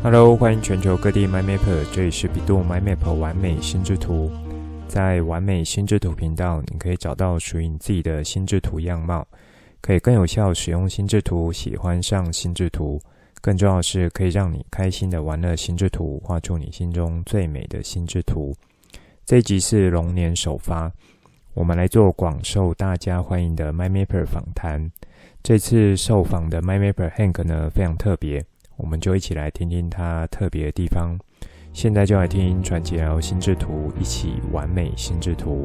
Hello， 欢迎全球各地 MyMapper， 这里是比度 MyMap 完美心智图。在完美心智图频道，你可以找到属于你自己的心智图样貌，可以更有效使用心智图，喜欢上心智图。更重要的是，可以让你开心的玩乐心智图，画出你心中最美的心智图。这一集是龙年首发，我们来做广受大家欢迎的 MyMapper 访谈。这次受访的 MyMapper Hank 呢，非常特别。我们就一起来听听他特别的地方。现在就来听传奇聊心智图，一起完美心智图。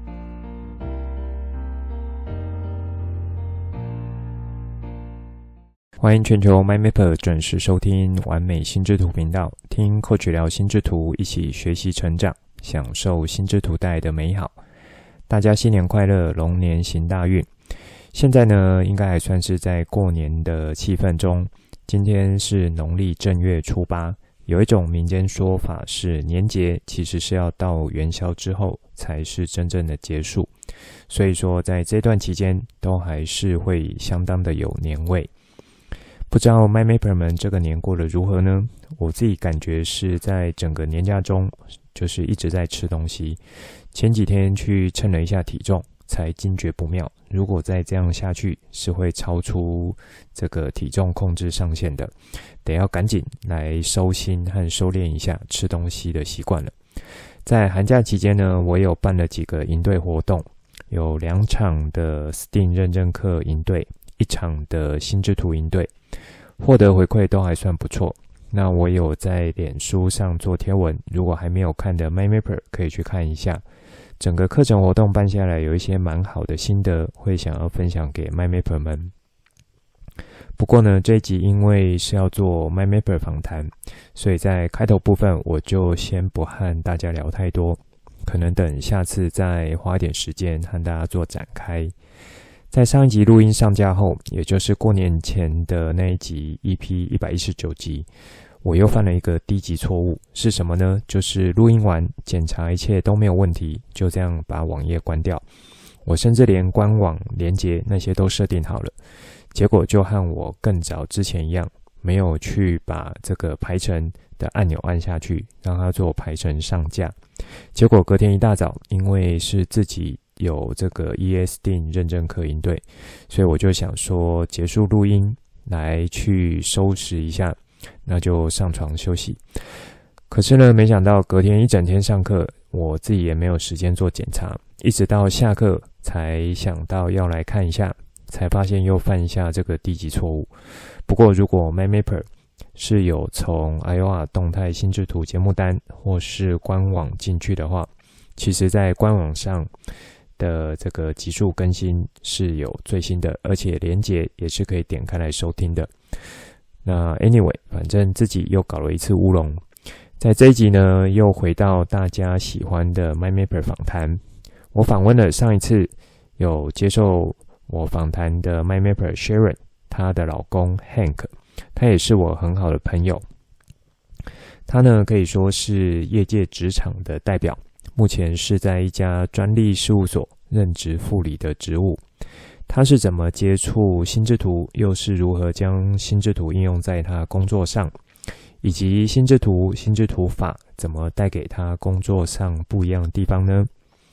欢迎全球 MyMapper 准时收听完美心智图频道，听 Coach 聊心智图，一起学习成长，享受心智图带来的美好。大家新年快乐，龙年行大运。现在呢，应该还算是在过年的气氛中。今天是农历正月初8，有一种民间说法是年节其实是要到元宵之后才是真正的结束，所以说在这段期间都还是会相当的有年味。不知道 MyMapper 们这个年过得如何呢？我自己感觉是在整个年假中就是一直在吃东西，前几天去称了一下体重，才惊觉不妙，如果再这样下去是会超出这个体重控制上限的，得要赶紧来收心和收敛一下吃东西的习惯了。在寒假期间呢，我有办了几个营队活动，有2场的 STEAM 认证课营队，1场的心智图营队，获得回馈都还算不错。那我有在脸书上做贴文，如果还没有看的 MyMapper 可以去看一下。整个课程活动办下来，有一些蛮好的心得，会想要分享给 MyMapper 们。不过呢，这一集因为是要做 MyMapper 访谈，所以在开头部分我就先不和大家聊太多，可能等下次再花点时间和大家做展开。在上一集录音上架后，也就是过年前的那一集 EP 119集，我又犯了一个低级错误，是什么呢？就是录音完检查一切都没有问题，就这样把网页关掉。我甚至连官网连结那些都设定好了，结果就和我更早之前一样，没有去把这个排程的按钮按下去，让它做排程上架。结果隔天一大早，因为是自己有这个 ESD 认证课营队，所以我就想说结束录音来去收拾一下，那就上床休息。可是呢，没想到隔天一整天上课，我自己也没有时间做检查，一直到下课才想到要来看一下，才发现又犯下这个低级错误。不过如果 MyMapper 是有从 IOR 动态心智图节目单或是官网进去的话，其实在官网上的这个集数更新是有最新的，而且连结也是可以点开来收听的。那 anyway， 反正自己又搞了一次乌龙。在这一集呢，又回到大家喜欢的 MyMapper 访谈。我访问了上一次有接受我访谈的 MyMapper Sharon， 她的老公 Hank， 他也是我很好的朋友。他呢可以说是业界职场的代表，目前是在一家专利事务所任职副理的职务。他是怎么接触心智图，又是如何将心智图应用在他工作上，以及心智图、心智图法怎么带给他工作上不一样的地方呢？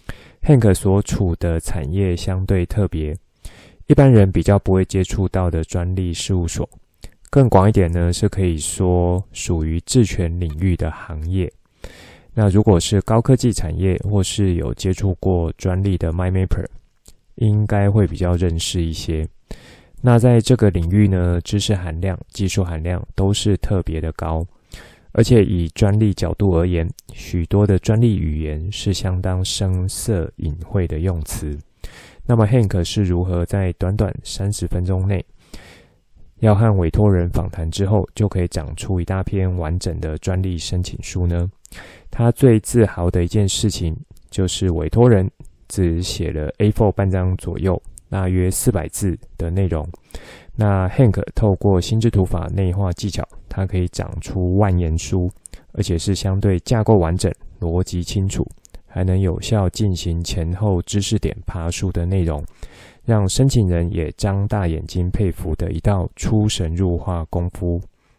Hank 所处的产业相对特别，一般人比较不会接触到的专利事务所，更广一点呢，是可以说属于智权领域的行业。那如果是高科技产业或是有接触过专利的 MyMapper，应该会比较认识一些。那在这个领域呢，知识含量、技术含量都是特别的高，而且以专利角度而言，许多的专利语言是相当生涩隐晦的用词。那么 Hank 是如何在短短30分钟内，要和委托人访谈之后，就可以长出一大篇完整的专利申请书呢？他最自豪的一件事情，就是委托人只写了 A4 半张左右，大约400字的内容。那 Hank 透过心智图法内化技巧，它可以长出万言书，而且是相对架构完整、逻辑清楚，还能有效进行前后知识点爬梳的内容，让申请人也张大眼睛佩服的一道出神入化功夫。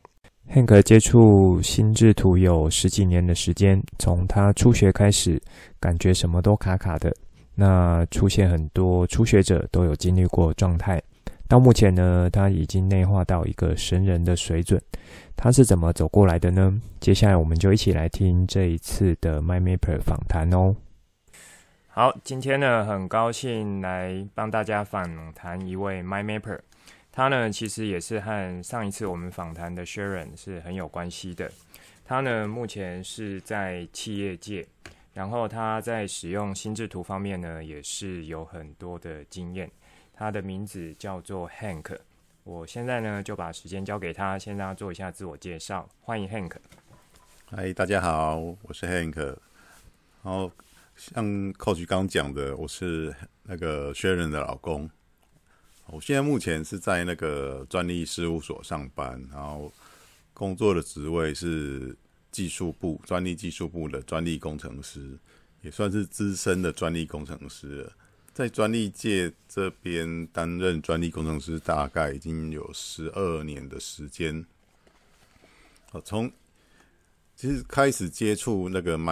Hank 接触心智图有10几年的时间，从他初学开始，感觉什么都卡卡的。那出现很多初学者都有经历过状态。到目前呢，他已经内化到一个神人的水准。他是怎么走过来的呢？接下来我们就一起来听这一次的 MyMapper 访谈哦。好，今天呢，很高兴来帮大家访谈一位 MyMapper。他呢，其实也是和上一次我们访谈的 Sharon 是很有关系的。他呢，目前是在企业界，然后他在使用心智图方面呢，也是有很多的经验。他的名字叫做 Hank。我现在呢，就把时间交给他，先让他做一下自我介绍。欢迎 Hank。 嗨，大家好，我是 Hank。然后像 Coach 刚讲的，我是那个 Sharon 的老公。我现在目前是在那个专利事务所上班，然后工作的职位是技术部专利技术部的专利工程师，也算是资深的专利工程师了。在专利界这边担任专利工程师，大概已经有12年的时间。从其实开始接触那个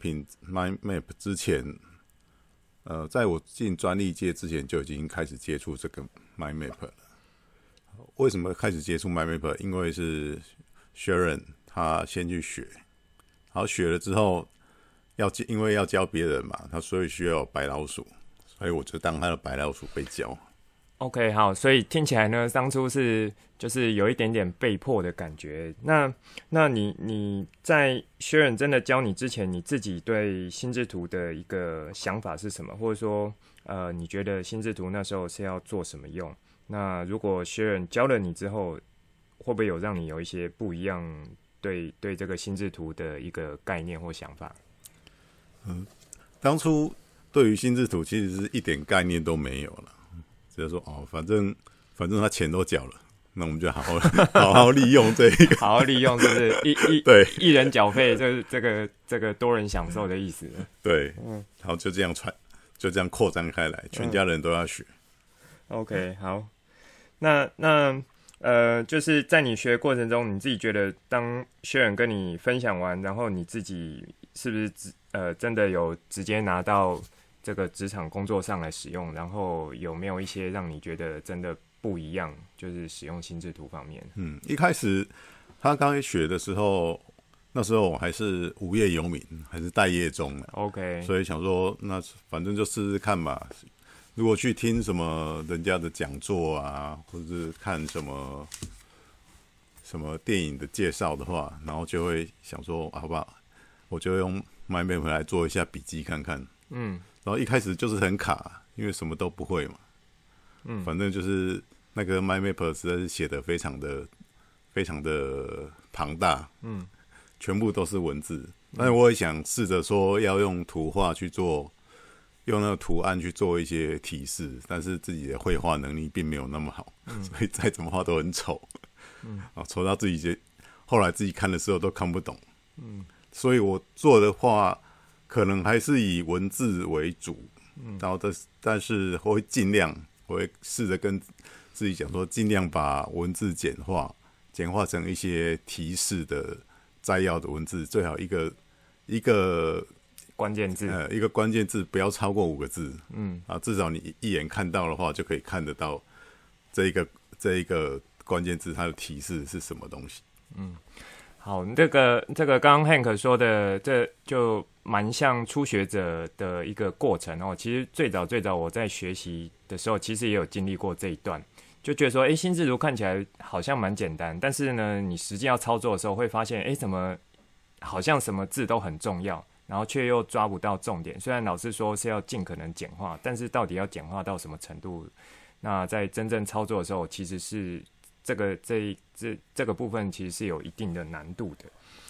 MyMap 之前，在我进专利界之前就已经开始接触这个 MyMap 了。为什么开始接触 MyMap？ 因为是 Sharon 他先去学，然后学了之后因为要教别人嘛，他所以需要白老鼠。所以我就当他的白老鼠被教。 OK， 好，所以听起来呢，当初就是有一点点被迫的感觉。那你在学人真的教你之前，你自己对心智图的一个想法是什么？或者说，你觉得心智图那时候是要做什么用？那如果学人教了你之后，会不会有让你有一些不一样对这个心智图的一个概念或想法？ 当初对于心智图其实是一点概念都没有了，只是说反正他钱都缴了，那我们就好好利用这一个， 好好利用，是不是？ 对， 一人缴费，就是这个多人享受的意思。 对，然后就这样就这样扩张开来，全家人都要学。 OK， 好，那就是在你学的过程中，你自己觉得当学员跟你分享完，然后你自己是不是真的有直接拿到这个职场工作上来使用，然后有没有一些让你觉得真的不一样，就是使用心智图方面？ 一开始他刚学的时候，那时候我还是无业游民，还是待业中 OK， 所以想说那反正就试试看吧。如果去听什么人家的讲座啊，或者是看什么电影的介绍的话，然后就会想说好不好，我就用 MyMap 来做一下笔记看看。然后一开始就是很卡，因为什么都不会嘛。反正就是那个 MyMap 实在是写得非常的庞大。全部都是文字。但是我也想试着说要用图画去做，用那个图案去做一些提示，但是自己的绘画能力并没有那么好，所以再怎么画都很丑。丑到后来自己看的时候都看不懂。所以我做的话可能还是以文字为主，然后但是我会试着跟自己讲说，尽量把文字简化成一些提示的摘要的文字，最好一个关键字， 一个关键字不要超过5个字，至少你一眼看到的话就可以看得到这一个关键字它的提示是什么东西。 好，这个刚刚 Hank 说的，这就蛮像初学者的一个过程哦。其实最早我在学习的时候，其实也有经历过这一段，就觉得说，心智图看起来好像蛮简单，但是呢，你实际要操作的时候，会发现，怎么好像什么字都很重要，然后却又抓不到重点。虽然老师说是要尽可能简化，但是到底要简化到什么程度？那在真正操作的时候，其实是这个部分其实是有一定的难度的。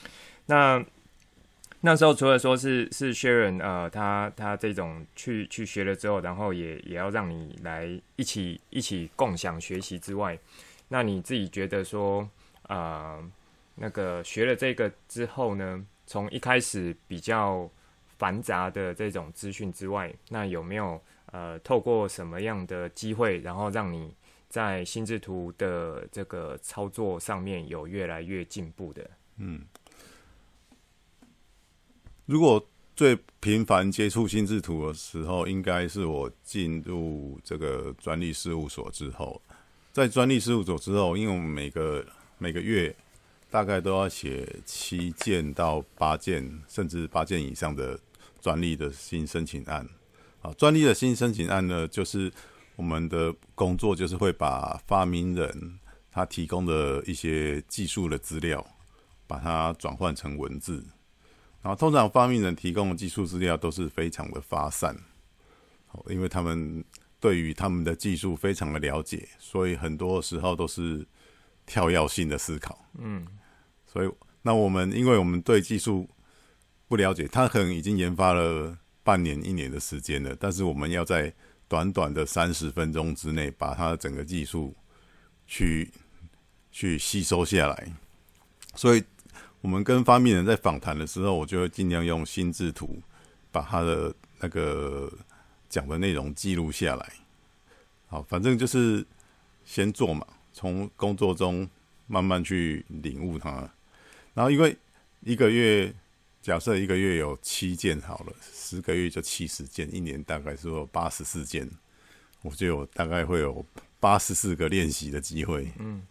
那时候除了说是 Sharon 他这种去学了之后，然后也要让你来一起共享学习之外，那你自己觉得说那个学了这个之后呢，从一开始比较繁杂的这种资讯之外，那有没有透过什么样的机会，然后让你在心智图的这个操作上面有越来越进步的？ 如果最频繁接触心智图的时候，应该是我进入这个专利事务所之后。在专利事务所之后，因为我们每个月大概都要写7件到8件，甚至8件以上的专利的新申请案。专利的新申请案呢，就是我们的工作就是会把发明人他提供的一些技术的资料，把它转换成文字。然后通常发明人提供的技术资料都是非常的发散，因为他们对于他们的技术非常的了解，所以很多时候都是跳跃性的思考。所以那因为我们对技术不了解，他可能已经研发了半年、1年的时间了，但是我们要在短短的30分钟之内，把它的整个技术去吸收下来。所以我们跟发明人在访谈的时候，我就会尽量用心智图把他的那个讲的内容记录下来。好，反正就是先做嘛，从工作中慢慢去领悟它。然后因为假设一个月有7件好了，10个月就70件，一年大概是有84件，我就大概会有84个练习的机会。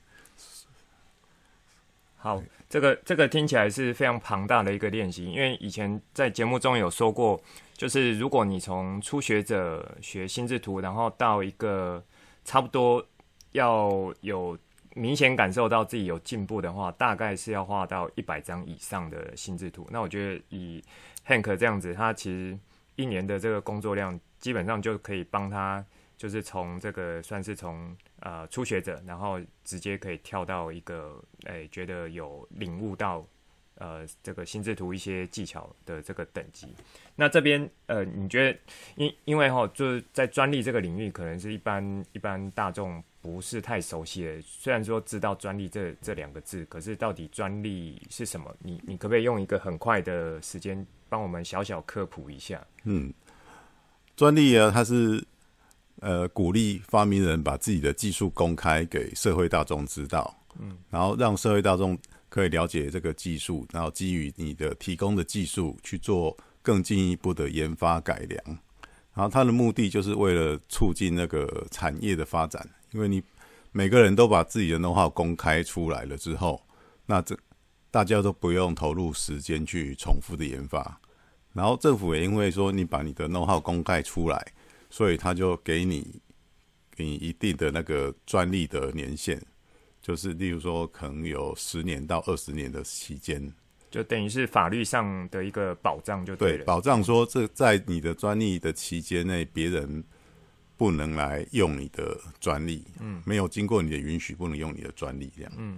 好，这个听起来是非常庞大的一个练习，因为以前在节目中有说过，就是如果你从初学者学心智图，然后到一个差不多要有明显感受到自己有进步的话，大概是要画到100张以上的心智图。那我觉得以 Hank 这样子，他其实1年的这个工作量，基本上就可以帮他，就是从这个算是从初学者，然后直接可以跳到一个觉得有领悟到这个心智图一些技巧的这个等级。那这边你觉得因为就是在专利这个领域，可能是一般大众不是太熟悉的。虽然说知道专利这2个字，可是到底专利是什么？你可不可以用一个很快的时间帮我们小小科普一下？ 专利啊，它是鼓励发明人把自己的技术公开给社会大众知道，然后让社会大众可以了解这个技术，然后基于你的提供的技术去做更进一步的研发改良。然后它的目的就是为了促进那个产业的发展，因为你每个人都把自己的 know-how 公开出来了之后，那大家都不用投入时间去重复的研发。然后政府也因为说你把你的 know-how 公开出来，所以他就给你一定的那个专利的年限，就是例如说可能有10年到20年的期间， 就等于是法律上的一个保障就对了。 对，保障说这在你的专利的期间内，别人不能来用你的专利，没有经过你的允许，不能用你的专利这样。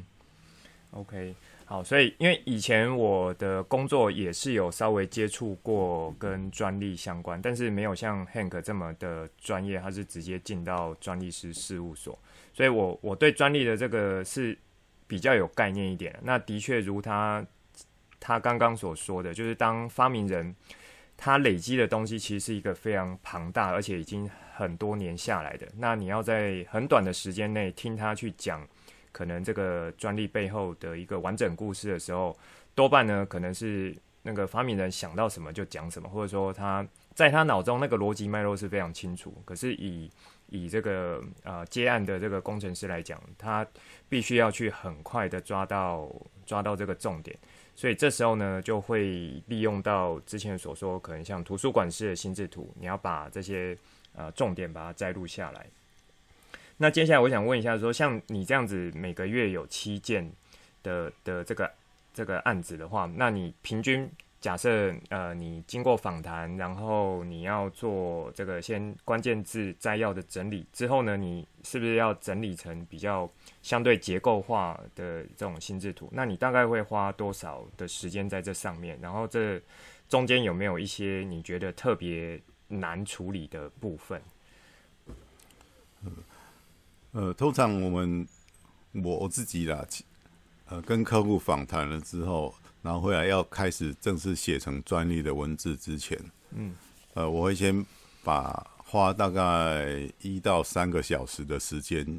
OK， 好，所以因为以前我的工作也是有稍微接触过跟专利相关，但是没有像 Hank 这么的专业，他是直接进到专利师事务所，所以我对专利的这个是比较有概念一点。那的确如他刚刚所说的，就是当发明人他累积的东西其实是一个非常庞大，而且已经很多年下来的，那你要在很短的时间内听他去讲可能这个专利背后的一个完整故事的时候，多半呢可能是那个发明人想到什么就讲什么，或者说他在他脑中那个逻辑脉络是非常清楚。可是以这个接案的这个工程师来讲，他必须要去很快的抓到这个重点，所以这时候呢就会利用到之前所说可能像图书馆式的心智图，你要把这些重点把它摘录下来。那接下来我想问一下说，像你这样子每个月有7件的这个案子的话，那你平均假设你经过访谈，然后你要做这个先关键字摘要的整理之后呢，你是不是要整理成比较相对结构化的这种心智图？那你大概会花多少的时间在这上面？然后这中间有没有一些你觉得特别难处理的部分？ 通常我自己啦，跟客户访谈了之后，然后回来要开始正式写成专利的文字之前，我会先花大概1到3个小时的时间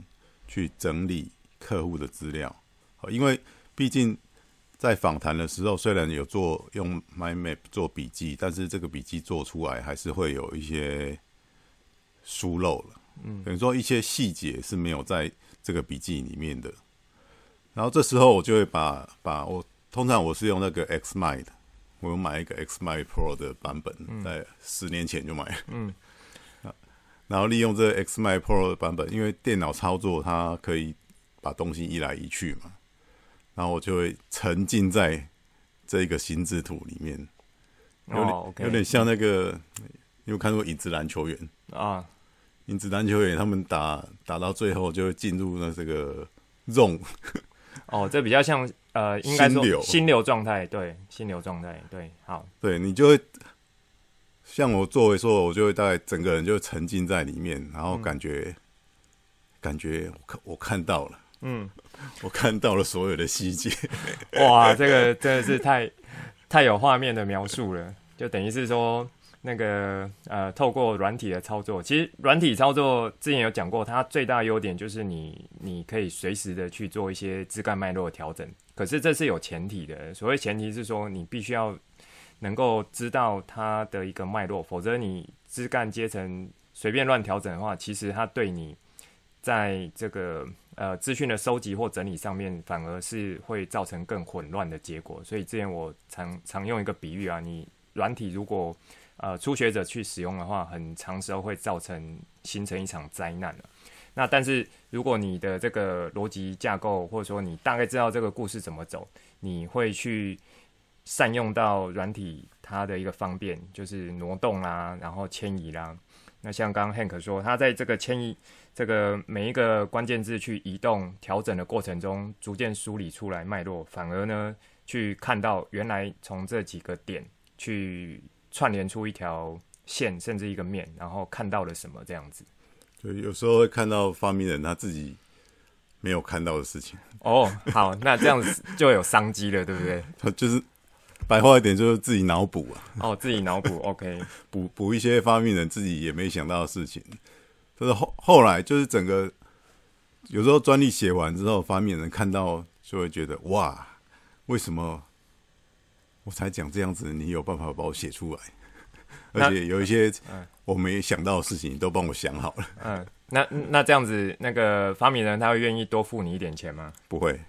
去整理客户的资料，因为毕竟在访谈的时候，虽然有用 Mind Map 做笔记，但是这个笔记做出来还是会有一些疏漏了，等于说一些细节是没有在这个笔记里面的。然后这时候我就会把通常我是用那个 Xmind， 我有买一个 Xmind Pro 的版本，在10年前就买了。然后利用这个 Xmind Pro 的版本，因为电脑操作它可以把东西移来移去嘛，然后我就会沉浸在这个心智图里面，有点像那个，你有看过影子篮球员啊？影子篮球员他们打到最后就会进入那这个 zone。 这比较像应该说心流状态，对，心流状态，对，好， 对你就会。像我作为说，我就会大概整个人就沉浸在里面，然后感觉我看到了，我看到了所有的细节。 哇，这个真的是太有画面的描述了，就等于是说那个透过软体的操作，其实软体操作之前有讲过，它最大的优点就是你可以随时的去做一些枝干脉络的调整，可是这是有前提的，所谓前提是说你必须要能够知道它的一个脉络，否则你枝干阶层随便乱调整的话，其实它对你在这个资讯的收集或整理上面，反而是会造成更混乱的结果。所以之前我常用一个比喻啊，你软体如果初学者去使用的话，很长时候会形成一场灾难了。那但是如果你的这个逻辑架构，或者说你大概知道这个故事怎么走，你会去善用到软体它的一个方便，就是挪动啦，然后迁移啦。那像刚刚 Hank 说，他在这个迁移这个每一个关键字去移动调整的过程中，逐渐梳理出来脉络，反而呢去看到原来从这几个点去串联出一条线，甚至一个面，然后看到了什么这样子。 就有时候会看到发明人他自己没有看到的事情。 好，那这样子就有商机了，对不对？ 就是白话一点，就是自己脑补啊。 自己脑补 ，OK， 补一些发明人自己也没想到的事情。就是后来就是整个有时候专利写完之后，发明人看到就会觉得哇，为什么我才讲这样子，你有办法把我写出来？而且有一些我没想到的事情，你都帮我想好了。 那这样子，那个发明人他会愿意多付你一点钱吗？ 不会。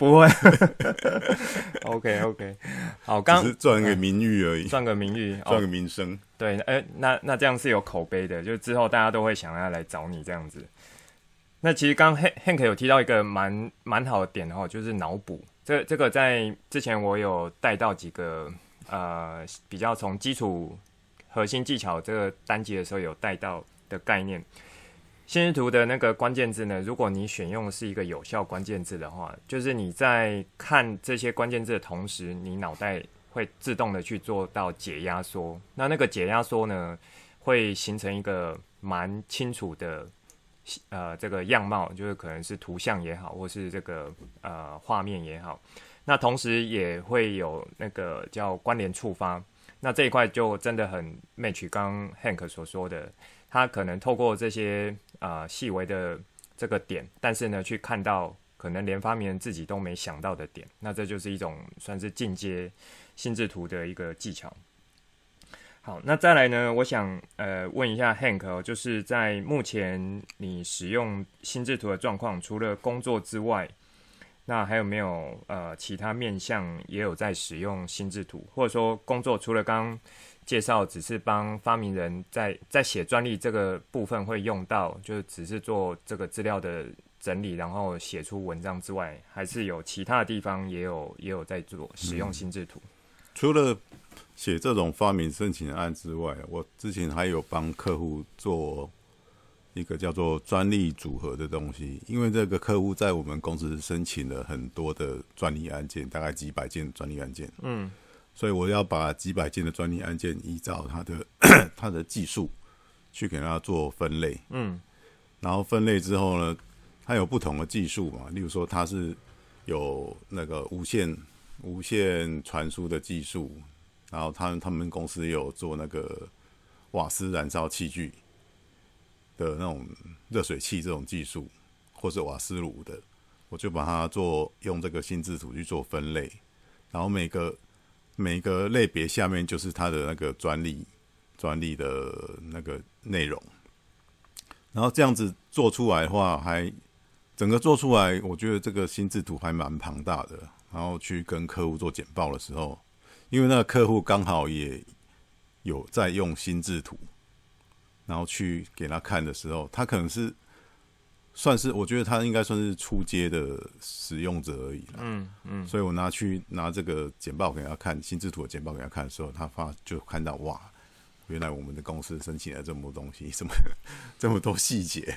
OK， 好， 只是赚个名誉而已， 赚个名誉， 赚个名声。 对，那这样是有口碑的，就之后大家都会想要来找你这样子。那其实刚 Hank 有提到一个蛮好的点就是脑补。这个在之前我有带到几个比较从基础核心技巧这个单集的时候有带到的概念。心智图的那个关键字呢，如果你选用的是一个有效关键字的话，就是你在看这些关键字的同时，你脑袋会自动的去做到解压缩。那个解压缩呢，会形成一个蛮清楚的这个样貌，就是可能是图像也好，或是这个画面也好。那同时也会有那个叫关联触发。那这一块就真的很 match 刚 Hank 所说的，他可能透过这些细微的这个点，但是呢去看到可能连发明人自己都没想到的点，那这就是一种算是进阶心智图的一个技巧。好，那再来呢，我想问一下 Hank，就是在目前你使用心智图的状况，除了工作之外，那还有没有其他面向也有在使用心智图，或者说工作除了刚刚介绍只是帮发明人在写专利这个部分会用到，就是只是做这个资料的整理，然后写出文章之外，还是有其他的地方也有在做使用心智图？ 除了写这种发明申请案之外，我之前还有帮客户做一个叫做专利组合的东西，因为这个客户在我们公司申请了很多的专利案件，大概几百件专利案件，所以我要把几百件的专利案件依照它的技术去给它做分类，然后分类之后呢，它有不同的技术嘛，例如说它是有那个无线传输的技术，然后他们公司有做那个瓦斯燃烧器具的那种热水器这种技术， 或是瓦斯炉的，我就把它用这个心智图去做分类，然后每个类别下面就是它的那个专利的那个内容，然后这样子做出来的话，整个做出来，我觉得这个心智图还蛮庞大的。然后去跟客户做简报的时候，因为那个客户刚好也有在用心智图，然后去给他看的时候，他可能是我觉得他应该算是初阶的使用者而已啦。所以我拿这个简报给他看，心智图的简报给他看的时候，他就看到哇，原来我们的公司申请了这么多东西，这么多细节。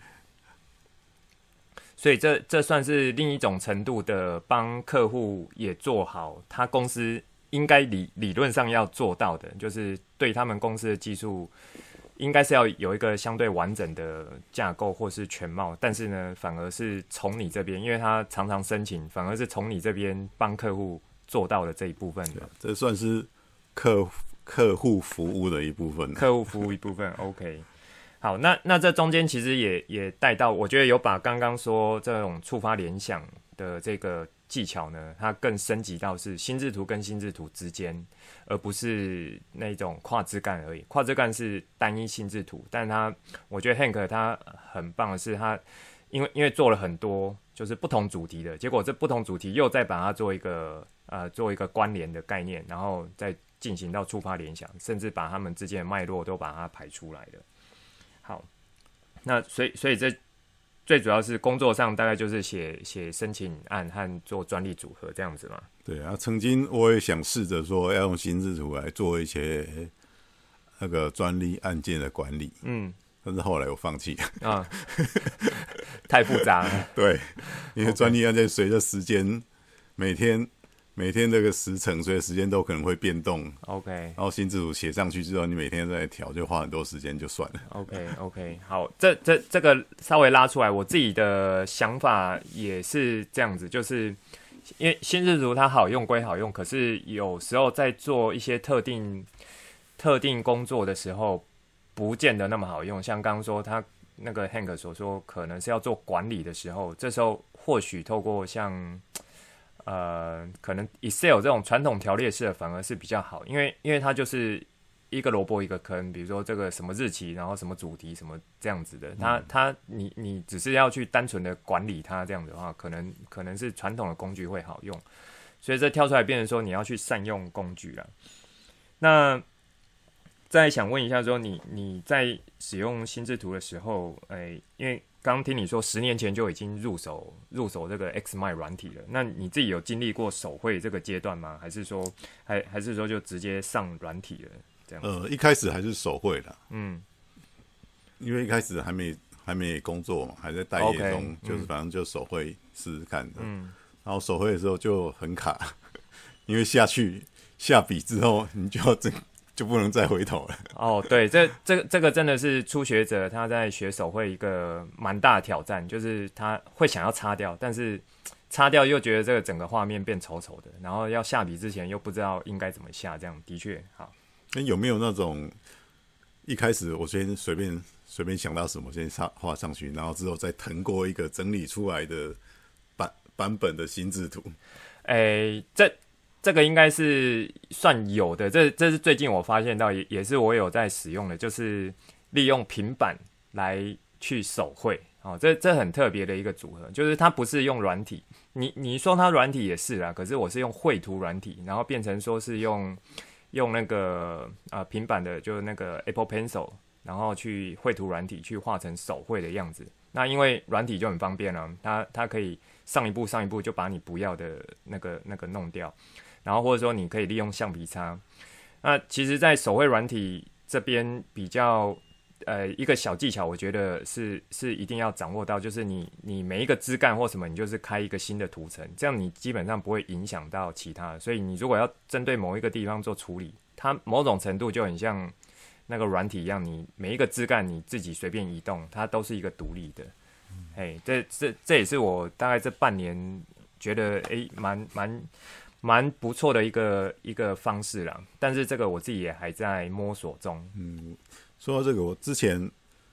所以这算是另一种程度的帮客户也做好他公司应该理论上要做到的，就是对他们公司的技术应该是要有一个相对完整的架构或是全貌，但是呢，反而是从你这边，因为他常常申请，反而是从你这边帮客户做到的这一部分的。 这算是客户服务的一部分。 客户服务一部分 ，OK。好，那这中间其实也带到，我觉得有把刚刚说这种触发联想的这个技巧呢，它更升级到是心智图跟心智图之间，而不是那种跨枝干而已。跨枝干是单一心智图，但我觉得 Hank 他很棒的是他因为做了很多就是不同主题的，结果这不同主题又再把它做一个关联的概念，然后再进行到触发联想，甚至把他们之间的脉络都把它排出来了。好，那所以这最主要是工作上大概就是写申请案和做专利组合这样子嘛。 对啊，曾经我也想试着说要用心智图来做一些那个专利案件的管理，但是后来我放弃了太复杂了。 对，因为专利案件随着时间每天这个时程，所以时间都可能会变动。 OK， 然后心智图写上去之后，你每天在调，就花很多时间，就算了。 OK， 好，这个稍微拉出来，我自己的想法也是这样子，就是因为心智图它好用归好用，可是有时候在做一些特定工作的时候，不见得那么好用。像刚刚说他那个 Hank 所说，可能是要做管理的时候，这时候或许透过像可能 Excel 这种传统条列式的反而是比较好，因为它就是一个萝卜一个坑，比如说这个什么日期，然后什么主题，什么这样子的，你只是要去单纯的管理它这样子的话，可能是传统的工具会好用，所以这跳出来变成说你要去善用工具啦。那再想问一下说你在使用心智图的时候，因为刚刚听你说10年前就已经入手这个 XMind 软体了，那你自己有经历过手绘这个阶段吗？还是说就直接上软体了这样？ 一开始还是手绘的，因为一开始还没工作嘛，还在待业中，就是反正就手绘试试看的，然后手绘的时候就很卡，因为下笔之后你就不能再回头了。 对，这个真的是初学者他在学手绘一个蛮大的挑战，就是他会想要擦掉，但是擦掉又觉得这个整个画面变丑丑的，然后要下笔之前又不知道应该怎么下，这样的确好。 有没有那种一开始我先随便想到什么先画上去，然后之后再腾过一个整理出来的版本的心智图？ 这个应该是算有的，这是最近我发现到，也是我有在使用的，就是利用平板来去手绘。这很特别的一个组合，就是它不是用软体，你说它软体也是啦，可是我是用绘图软体，然后变成说是用那个平板的，就是那个 Apple Pencil， 然后去绘图软体去画成手绘的样子。那因为软体就很方便了，它可以上一步就把你不要的那个弄掉。然后或者说你可以利用橡皮擦。那其实在手绘软体这边比较一个小技巧，我觉得是一定要掌握到，就是你每一个枝干或什么，你就是开一个新的图层，这样你基本上不会影响到其他的。所以你如果要针对某一个地方做处理，它某种程度就很像那个软体一样，你每一个枝干你自己随便移动，它都是一个独立的。这也是我大概这半年觉得蛮不错的一个方式啦，但是这个我自己也还在摸索中。 说到这个，我之前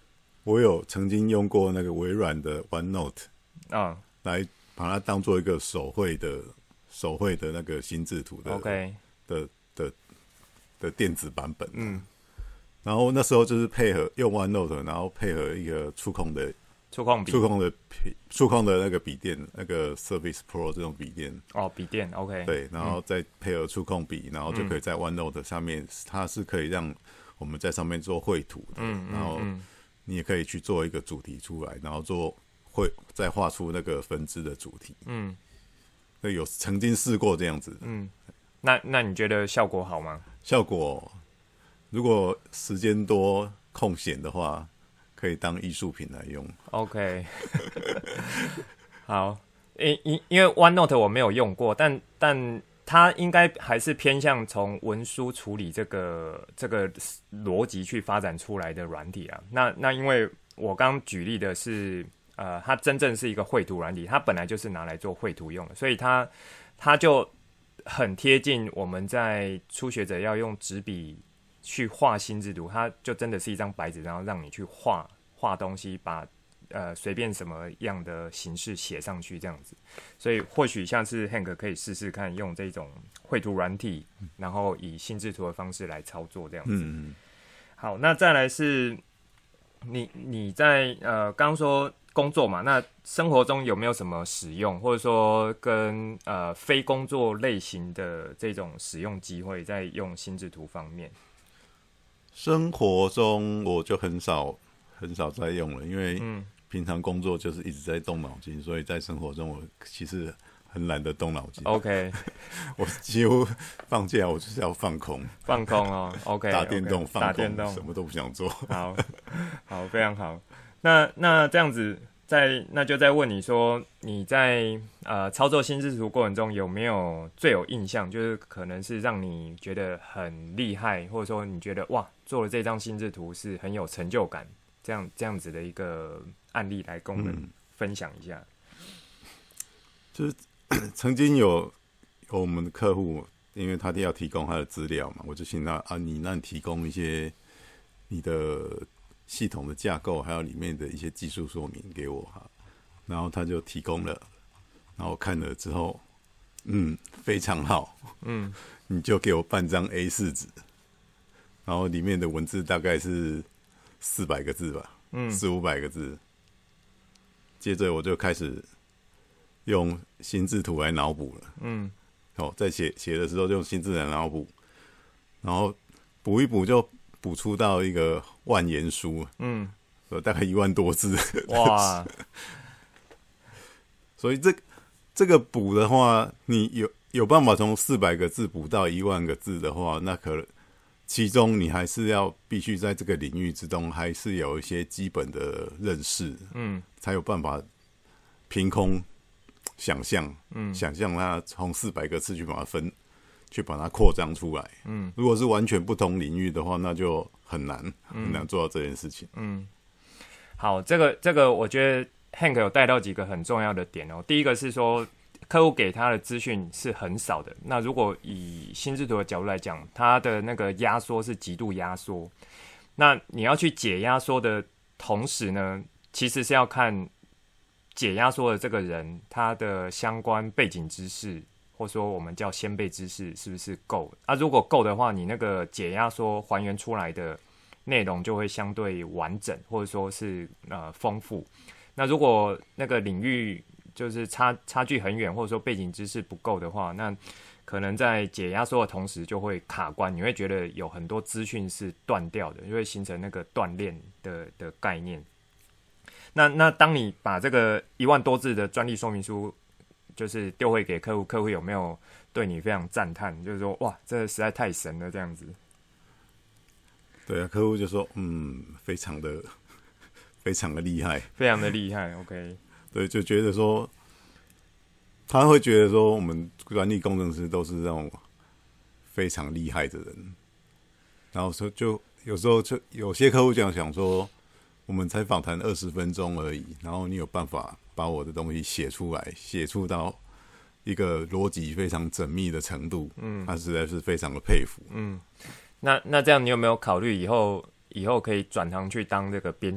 我有曾经用过那个微软的 OneNote 来把它当做一个手绘的那个心智图的 OK 的电子版本。然后那时候就是配合用 OneNote， 然后配合一个触控的那个笔电，那个 Surface Pro 这种笔电。 笔电 OK。 对，然后再配合触控笔，然后就可以在 OneNote 上面，它是可以让我们在上面做绘图的。然后你也可以去做一个主题出来，然后再画出那个分支的主题。对，有曾经试过这样子。 那你觉得效果好吗？ 效果，如果时间多空闲的话，可以当艺术品来用。OK 好，因为 OneNote 我没有用过，但它应该还是偏向从文书处理这个逻辑去发展出来的软体啊。那因为我刚举例的是它真正是一个绘图软体，它本来就是拿来做绘图用的，所以它就很贴近我们在初学者要用纸笔去画心智图，它就真的是一张白纸，然后让你去画东西，把随便什么样的形式写上去这样子。所以或许像是 Hank 可以试试看用这种绘图软体，然后以心智图的方式来操作这样子。好，那再来是你在刚说工作嘛，那生活中有没有什么使用，或者说跟非工作类型的这种使用机会，在用心智图方面？ 生活中我就很少在用了，因为平常工作就是一直在动脑筋，所以在生活中我其实很懒得动脑筋。 OK 我几乎放假我就是要放空哦。OK 打电动放空， 打电动什么都不想做。 好，非常好。那这样子，那就再问你说，你在操作心智图过程中有没有最有印象，就是可能是让你觉得很厉害，或者说你觉得哇，做了这张心智图是很有成就感，这样子的一个案例来跟我们分享一下？ 就是曾经有我们的客户，因为他要提供他的资料嘛，我就请他你提供一些你的系统的架构，还有里面的一些技术说明给我哈，然后他就提供了，然后看了之后，非常好，你就给我半张 A4 纸，然后里面的文字大概是400个字吧，400-500个字，接着我就开始用心智图来脑补了，在写的时候就用心智来脑补，然后补一补就补出到一个万言书，大概1万多字，哇！所以这个补的话，你有办法从400个字补到1万个字的话，那可能其中你还是要必须在这个领域之中，还是有一些基本的认识，才有办法凭空想象它从400个字去把它扩张出来。如果是完全不同领域的话，那就很难做到这件事情。 好，这个我觉得 Hank 有带到几个很重要的点哦。第一个是说，客户给他的资讯是很少的。那如果以心智图的角度来讲，他的那个压缩是极度压缩。那你要去解压缩的同时呢，其实是要看解压缩的这个人他的相关背景知识，或者说我们叫先辈知识是不是够？如果够的话，你那个解压缩还原出来的内容就会相对完整，或者说是丰富。那如果那个领域就是差距很远，或者说背景知识不够的话，那可能在解压缩的同时就会卡关，你会觉得有很多资讯是断掉的，就会形成那个断链的概念。那当你把这个1万多字的专利说明书就是丢回给客户，客户有没有对你非常赞叹？就是说哇，这实在太神了这样子。 对啊，客户就说非常的厉害， 非常的厉害。OK， 对，就觉得说他会觉得说我们专利工程师都是那种非常厉害的人，然后说就有时候就有些客户这样想说，我们才访谈20分钟而已，然后你有办法把我的东西写出来，写出到一个逻辑非常缜密的程度，他实在是非常的佩服。 那这样你有没有考虑以后可以转行去当这个编剧，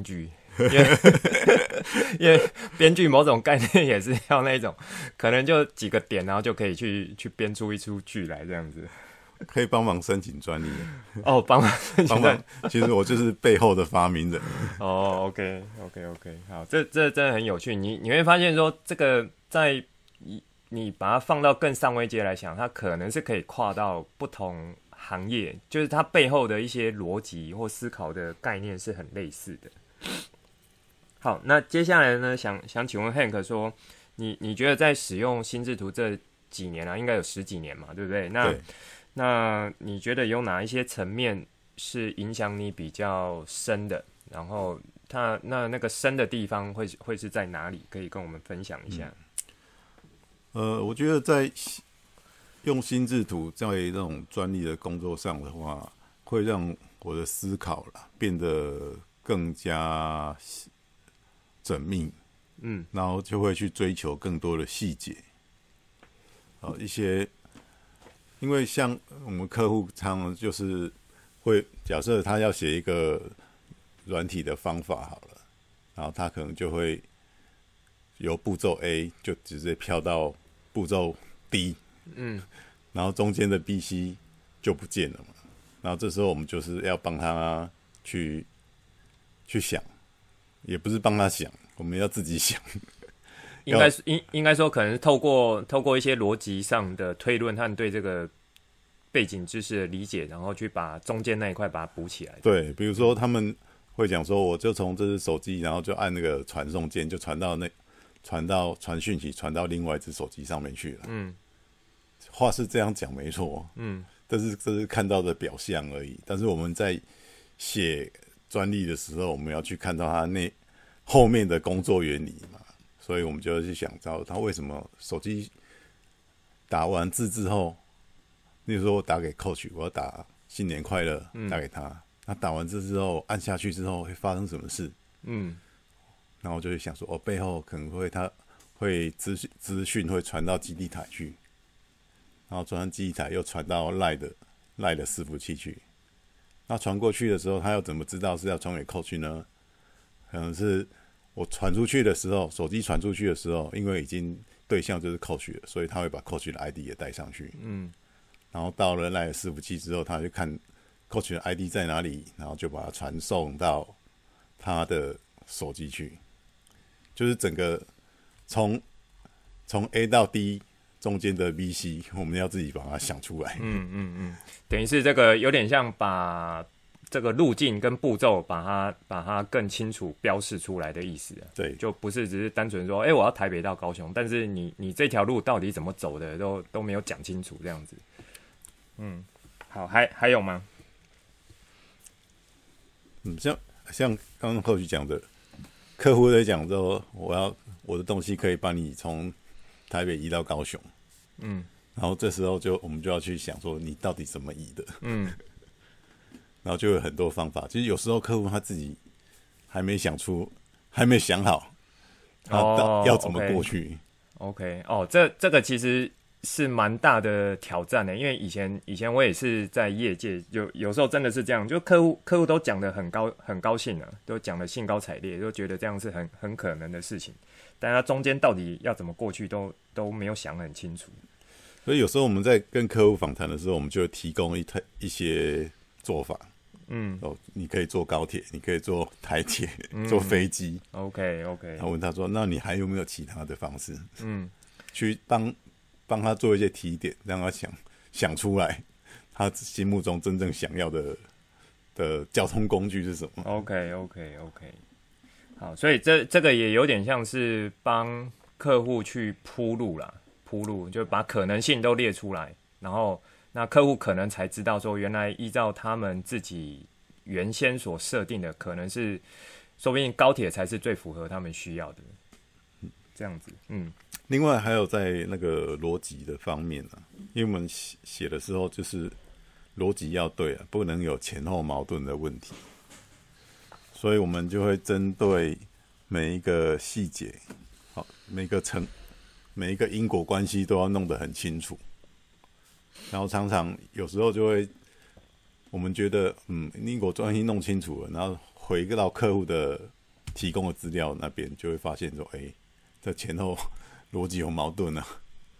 因为编剧某种概念也是要那种，可能就几个点，然后就可以去编出一出剧来这样子。 可以帮忙申请专利哦，帮忙申请专利。 其实我就是背后的发明人。 哦，OK，好，这真的很有趣。你会发现说，这个在你把它放到更上位阶来想，它可能是可以跨到不同行业，就是它背后的一些逻辑或思考的概念是很类似的。好，那接下来呢，想请问 Hank 说，你觉得在使用心智图这几年啊，应该有10几年嘛，对不对？那你觉得有哪一些层面是影响你比较深的？然后那个深的地方会是在哪里？可以跟我们分享一下。 我觉得在用心智图在这种专利的工作上的话，会让我的思考啦变得更加缜密，然后就会去追求更多的细节，一些。因为像我们客户常常就是会假设他要写一个软体的方法好了，然后他可能就会由步骤 A 就直接跳到步骤 D， 然后中间的 B、C 就不见了嘛。然后这时候我们就是要帮他去想，也不是帮他想，我们要自己想。 应该说，可能透过一些逻辑上的推论和对这个背景知识的理解，然后去把中间那一块把它补起来。 对，比如说他们会讲说，我就从这只手机，然后就按那个传送键，就传传讯息传到另外一只手机上面去了。话是这样讲没错，但是这是看到的表象而已。但是我们在写专利的时候，我们要去看到它后面的工作原理嘛。所以我们就要去想到他为什么手机打完字之后，例如说我打给 Coach， 我要打新年快乐，打给他，他打完字之后按下去之后会发生什么事？然后我就会想说，背后可能他会资讯会传到基地台去，然后传到基地台又传到赖的伺服器去。那传过去的时候，他要怎么知道是要传给 Coach 呢？可能是我传出去的时候，手机传出去的时候，因为已经对象就是 Coach 了，所以他会把 Coach 的 ID 也带上去。然后到了赖的伺服器之后，他就看 Coach 的 ID 在哪里，然后就把它传送到他的手机去。就是整个从 A 到 D 中间的 B、C， 我们要自己把它想出来。 等于是这个有点像把这个路径跟步骤把它更清楚标示出来的意思。 对， 就不是只是单纯说，我要台北到高雄，但是你这条路到底怎么走的都没有讲清楚这样子。好，还有吗？ 像刚刚后续讲的，客户在讲说，我的东西可以帮你从台北移到高雄，然后这时候我们就要去想说，你到底怎么移的？然后就有很多方法。其实有时候客户他自己还没想好，他要怎么过去。 OK， 这个其实是蛮大的挑战的，因为以前我也是在业界，有时候真的是这样，就客户都讲得很高兴啊，都讲得兴高采烈，都觉得这样是很可能的事情，但他中间到底要怎么过去都没有想很清楚。 所以有时候我们在跟客户访谈的时候，我们就会提供一些做法。你可以坐高铁，你可以坐台铁，坐飞机。OK。他问他说：“那你还有没有其他的方式？”去帮他做一些提点，让他想出来他心目中真正想要的交通工具是什么。 OK。好，所以这个也有点像是帮客户去铺路，就把可能性都列出来，然后那客户可能才知道说，原来依照他们自己原先所设定的，可能是说不定高铁才是最符合他们需要的，这样子。 另外还有在那个逻辑的方面啊，因为我们写的时候就是逻辑要对啊，不能有前后矛盾的问题，所以我们就会针对每一个细节，好，每一个因果关系都要弄得很清楚。然后常常有时候就会，我们觉得因果关系弄清楚了，然后回到客户的提供的资料那边就会发现说，这前后逻辑有矛盾啊，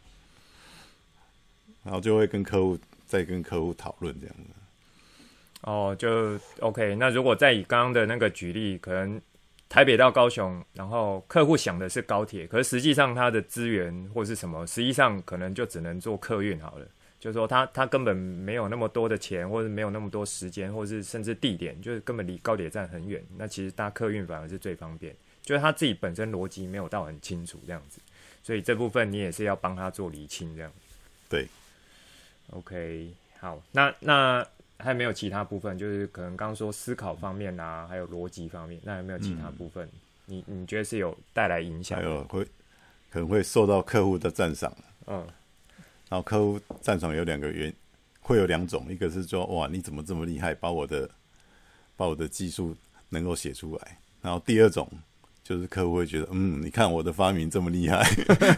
然后就会再跟客户讨论这样子。 哦，就 OK。那如果再以刚刚的那个举例，可能台北到高雄，然后客户想的是高铁，可是实际上他的资源或是什么，实际上可能就只能做客运好了。就是说他根本没有那么多的钱，或者没有那么多时间，或是甚至地点，就是根本离高铁站很远。那其实搭客运反而是最方便，就是他自己本身逻辑没有到很清楚这样子，所以这部分你也是要帮他做厘清这样。 对 ，OK， 好，那还有没有其他部分？就是可能刚刚说思考方面啊，还有逻辑方面，那有没有其他部分？你觉得是有带来影响？ 还有可能会受到客户的赞赏。然后客户赞赏有会有两种，一个是说哇你怎么这么厉害，把我的技术能够写出来。然后第二种就是客户会觉得你看我的发明这么厉害。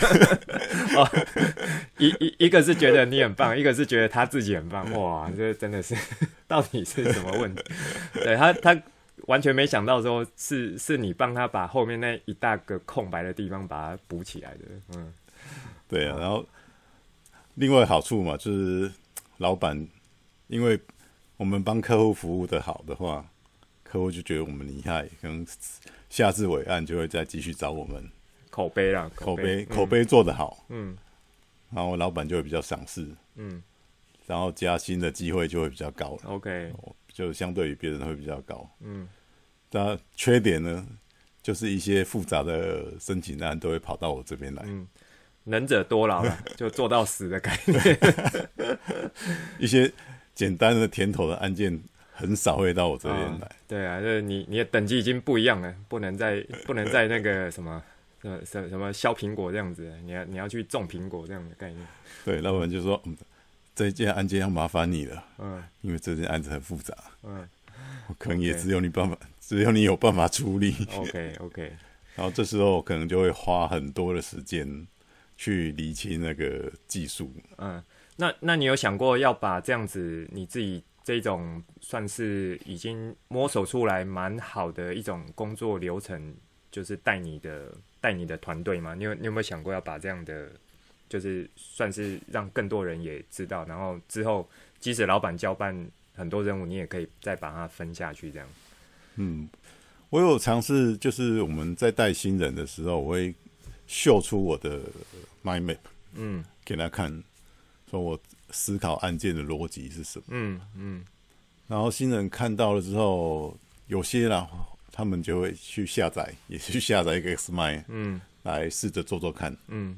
一个是觉得你很棒，一个是觉得他自己很棒。哇，这真的是到底是什么问题？对他完全没想到说是你帮他把后面那一大个空白的地方把它补起来的。 对啊，然后另外好处嘛，就是老板，因为我们帮客户服务的好的话，客户就觉得我们厉害，可能下次委案就会再继续找我们。 口碑啦， 口碑做得好，然后老板就会比较赏识，然后加薪的机会就会比较高了。 OK， 就相对于别人会比较高。但缺点呢，就是一些复杂的申请案都会跑到我这边来。 能者多劳了，就做到死的概念。 一些简单的甜头的案件很少会到我这边来。 对啊，就是你的等级已经不一样了，不能再那个什么削苹果这样子，你要去种苹果这样的概念。 对，老板就说，这件案件要麻烦你了，因为这件案子很复杂，可能也只有你有办法处理。 OK， 然后这时候可能就会花很多的时间去厘清那个技术。 那你有想过要把这样子你自己这种算是已经摸索出来蛮好的一种工作流程，就是带你的团队吗？你有没有想过要把这样的，就是算是让更多人也知道，然后之后即使老板交办很多任务，你也可以再把它分下去这样。 我有尝试，就是我们在带新人的时候，我会秀出我的 mind map，给他看，说我思考案件的逻辑是什么。然后新人看到了之后，有些啦，他们就会去下载，也去下载一个 XMind，来试着做做看。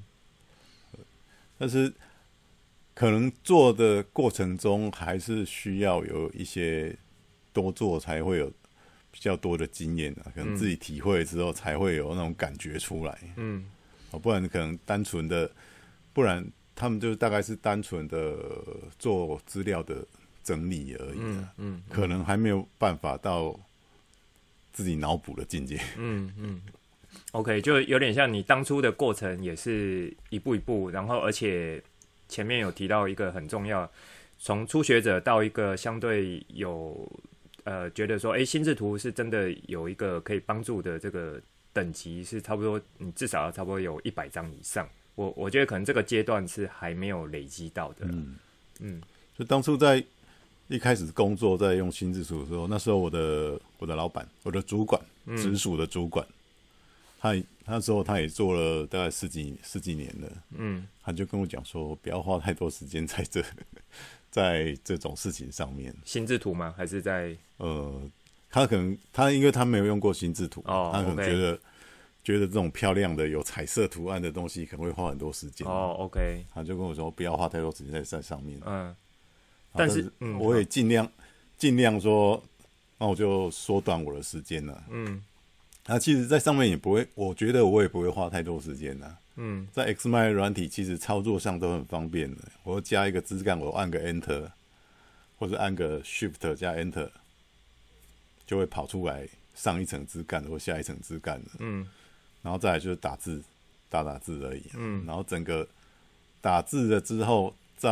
但是可能做的过程中，还是需要有一些多做才会有比较多的经验啊，可能自己体会之后才会有那种感觉出来。不然可能单纯的，不然他们就大概是单纯的做资料的整理而已。可能还没有办法到自己脑补的境界。 OK， 就有点像你当初的过程也是一步一步，然后而且前面有提到一个很重要，从初学者到一个相对有觉得说，心智图是真的有一个可以帮助的这个等级是差不多，你至少要差不多有100张以上。我觉得可能这个阶段是还没有累积到的。 就当初在一开始工作在用心智图的时候，那时候我的老板，我的主管，直属的主管，那时候他也做了大概十几年了。他就跟我讲说，不要花太多时间在这种事情上面。 心智图吗？还是在他因为他没有用过心智图，他可能 okay 觉得这种漂亮的有彩色图案的东西可能会花很多时间。 OK， 他就跟我说不要花太多时间在上面。 但是我也尽量说，那我就缩短我的时间了。其实在上面也不会，我觉得我也不会花太多时间了。在 XMind 软体其实操作上都很方便的，我加一个枝干，我按个 Enter， 或者按个 Shift 加 Enter， 就会跑出来上一层枝干或下一层枝干了。然后再来就是打字，打字而已。然后整个打字了之后，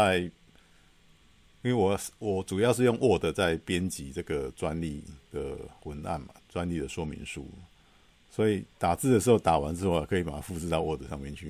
因为我主要是用 Word 在编辑这个专利的文案嘛，专利的说明书。 所以打字的时候打完之后，可以把它复制到 Word 上面去。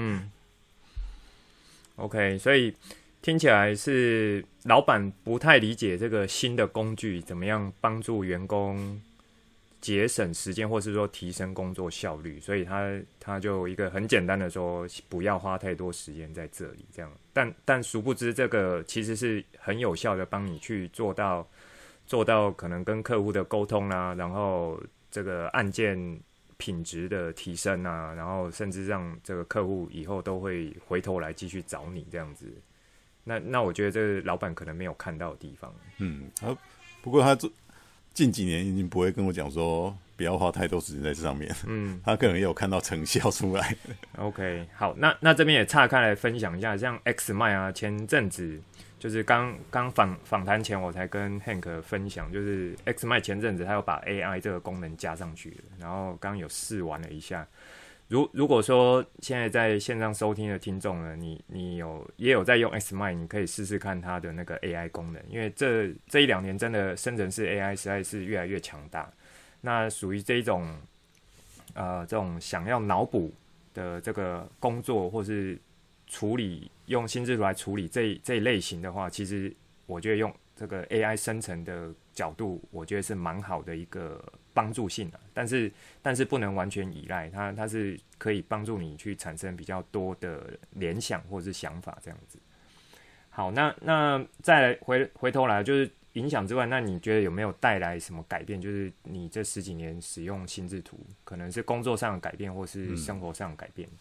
OK， 所以听起来是老板不太理解这个新的工具怎么样帮助员工节省时间，或是说提升工作效率，所以他就一个很简单的说，不要花太多时间在这里这样。但殊不知，这个其实是很有效的帮你去做到可能跟客户的沟通啊，然后这个案件品质的提升啊，然后甚至让这个客户以后都会回头来继续找你这样子。那我觉得这个老板可能没有看到的地方。 不过他近几年已经不会跟我讲说不要花太多时间在这上面。他可能也有看到成效出来。 OK， 好，那这边也岔开来分享一下，像 XMind 啊，前阵子就是刚访谈前我才跟 Hank 分享，就是 XMind 前阵子他有把 AI 这个功能加上去了，然后刚有试玩了一下。如果说现在在线上收听的听众呢，你也有在用 XMind， 你可以试试看它的那个 AI 功能，因为这一两年真的生成式 AI 实在是越来越强大。那属于这一种这种想要脑补的这个工作，或是处理用心智图来处理这一类型的话，其实我觉得用这个 AI 生成的角度，我觉得是蛮好的一个帮助性的，但是不能完全依赖它，它是可以帮助你去产生比较多的联想或者是想法这样子。好，那再来回头来就是影响之外，那你觉得有没有带来什么改变？就是你这10几年使用心智图，可能是工作上的改变，或是生活上的改变？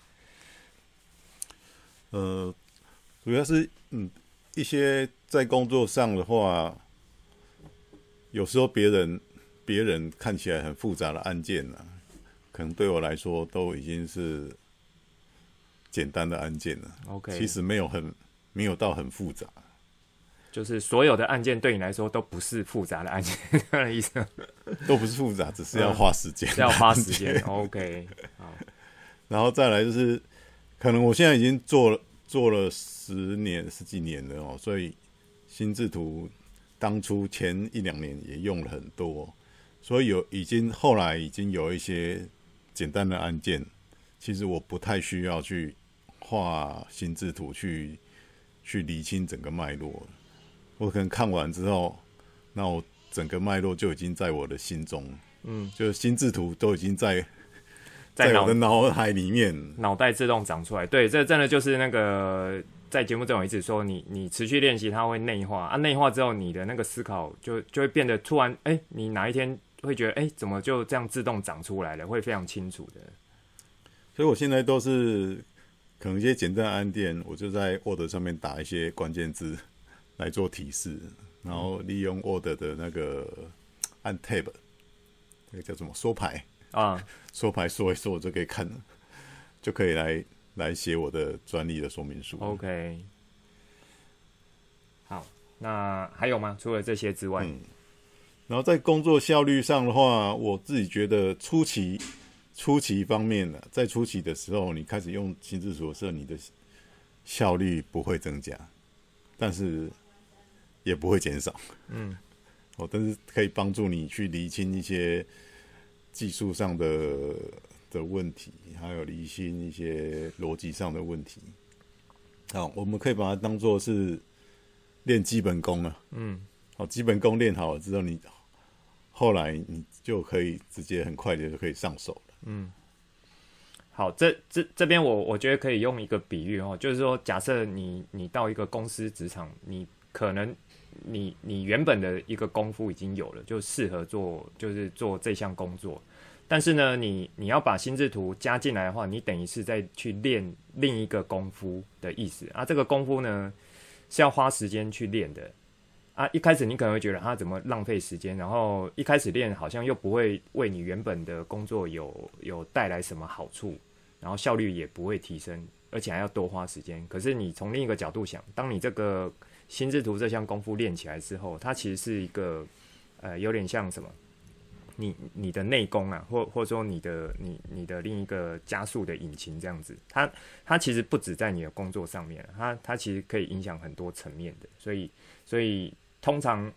主要是一些在工作上的话，有时候别人看起来很复杂的案件啊，可能对我来说都已经是简单的案件了。 OK， 其实没有到很复杂， 就是所有的案件对你来说都不是复杂的案件，这样的意思？ 都不是复杂，只是要花时间， 要花时间。OK， 好。 然后再来就是，可能我现在已经做了十几年了哦，所以心智图当初前1-2年也用了很多，所以后来已经有一些简单的案件，其实我不太需要去画心智图去理清整个脉络，我可能看完之后，那我整个脉络就已经在我的心中，就是心智图都已经在我的脑海里面， 脑袋自动长出来。对，这真的就是那个在节目中我一直说，你持续练习，它会内化啊，内化之后，你的那个思考就会变得突然，你哪一天会觉得，怎么就这样自动长出来了，会非常清楚的。 所以我现在都是可能一些简单的案件，我就在 Word 上面打一些关键字来做提示，然后利用 Word 的那个按 Tab， 那个叫什么缩排啊，缩排缩一缩，我就可以看了，就可以来写我的专利的说明书。 OK， 好，那还有吗？除了这些之外， 然后在工作效率上的话，我自己觉得初期方面呢，在初期的时候，你开始用心智图的时候，你的效率不会增加，但是也不会减少。但是可以帮助你去厘清一些技术上的问题，还有厘清一些逻辑上的问题。好，我们可以把它当作是练基本功了。基本功练好了之后，你后来你就可以直接很快的就可以上手了。 好，这边我觉得可以用一个比喻哦，就是说，假设你到一个公司职场，你可能你原本的一个功夫已经有了，就适合做这项工作，但是呢，你要把心智图加进来的话，你等于是在去练另一个功夫的意思啊。这个功夫呢是要花时间去练的。一开始你可能会觉得怎么浪费时间，然后一开始练好像又不会为你原本的工作有带来什么好处，然后效率也不会提升，而且还要多花时间。可是你从另一个角度想，当你这个心智图这项功夫练起来之后，它其实是一个有点像什么，你的内功啊，或者说你的另一个加速的引擎这样子，它其实不止在你的工作上面，它其实可以影响很多层面的，所以通常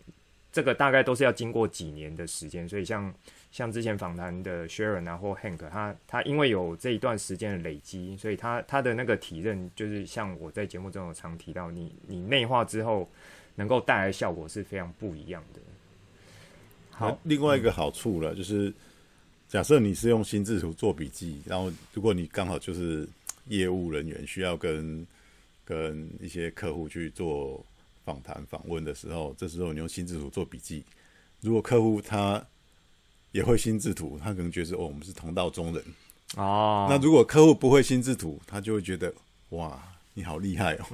这个大概都是要经过几年的时间，所以像之前访谈的 Sharon 啊或 Hank， 他因为有这一段时间的累积，所以他的那个体认，就是像我在节目中有常提到，你内化之后能够带来的效果是非常不一样的。好， 另外一个好处了，就是假设你是用心智图做笔记，然后如果你刚好就是业务人员需要跟一些客户去做访谈访问的时候，这时候你用心智图做笔记，如果客户他也会心智图，他可能觉得我们是同道中人哦。那如果客户不会心智图，他就会觉得哇，你好厉害哦。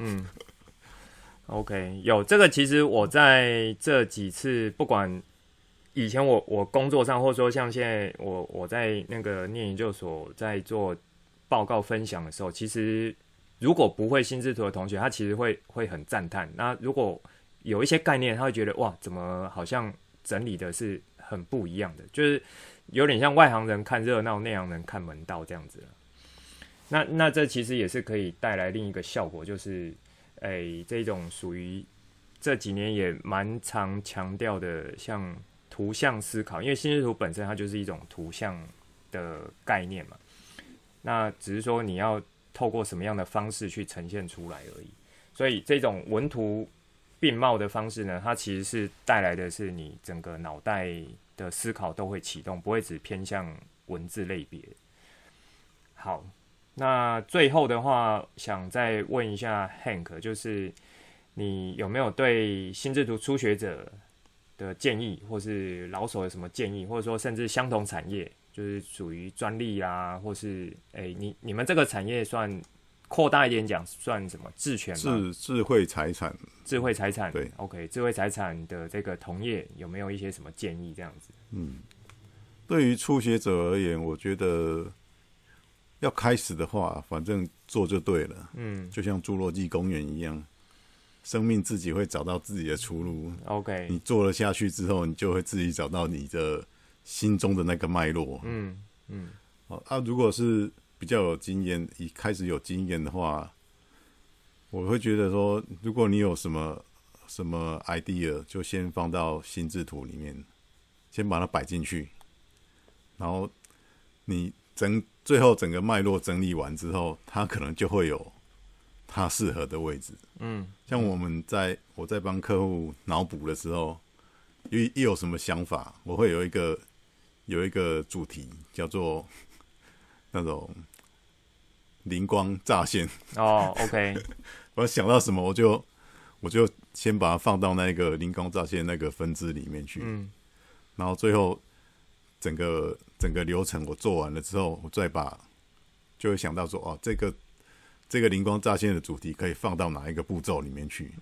OK， 有这个，其实我在这几次不管以前我工作上，或者说像现在我在那个念研究所在做报告分享的时候，其实如果不会心智图的同学，他其实会很赞叹。那如果有一些概念，他会觉得哇，怎么好像整理的是很不一样的，就是有点像外行人看热闹，内行人看门道这样子了。那这其实也是可以带来另一个效果，就是这种属于这几年也蛮常强调的，像图像思考，因为心智图本身它就是一种图像的概念嘛。那只是说你要透过什么样的方式去呈现出来而已。所以这种文图并茂的方式呢，它其实是带来的是你整个脑袋的思考都会启动，不会只偏向文字类别。好，那最后的话，想再问一下 Hank， 就是你有没有对心智图初学者的建议，或是老手有什么建议，或者说甚至相同产业，就是属于专利啦，或是你们这个产业算扩大一点讲，算什么智权吗？ 智慧财产。 智慧财产， 对 ，OK， 智慧财产的这个同业有没有一些什么建议？这样子， 对于初学者而言，我觉得要开始的话，反正做就对了。就像侏罗纪公园一样，生命自己会找到自己的出路。 OK， 你做了下去之后，你就会自己找到你的心中的那个脉络。如果是比较有经验，开始有经验的话，我会觉得说，如果你有什么 idea， 就先放到心智图里面，先把它摆进去，然后你最后整个脉络整理完之后，它可能就会有它适合的位置。像我在帮客户脑补的时候，一有什么想法，我会有一个主题叫做那种灵光乍现。 OK， 我想到什么我就先把它放到那个灵光乍现那个分支里面去。然后最后整个流程我做完了之后，我再就会想到说，这个灵光乍现的主题可以放到哪一个步骤里面去。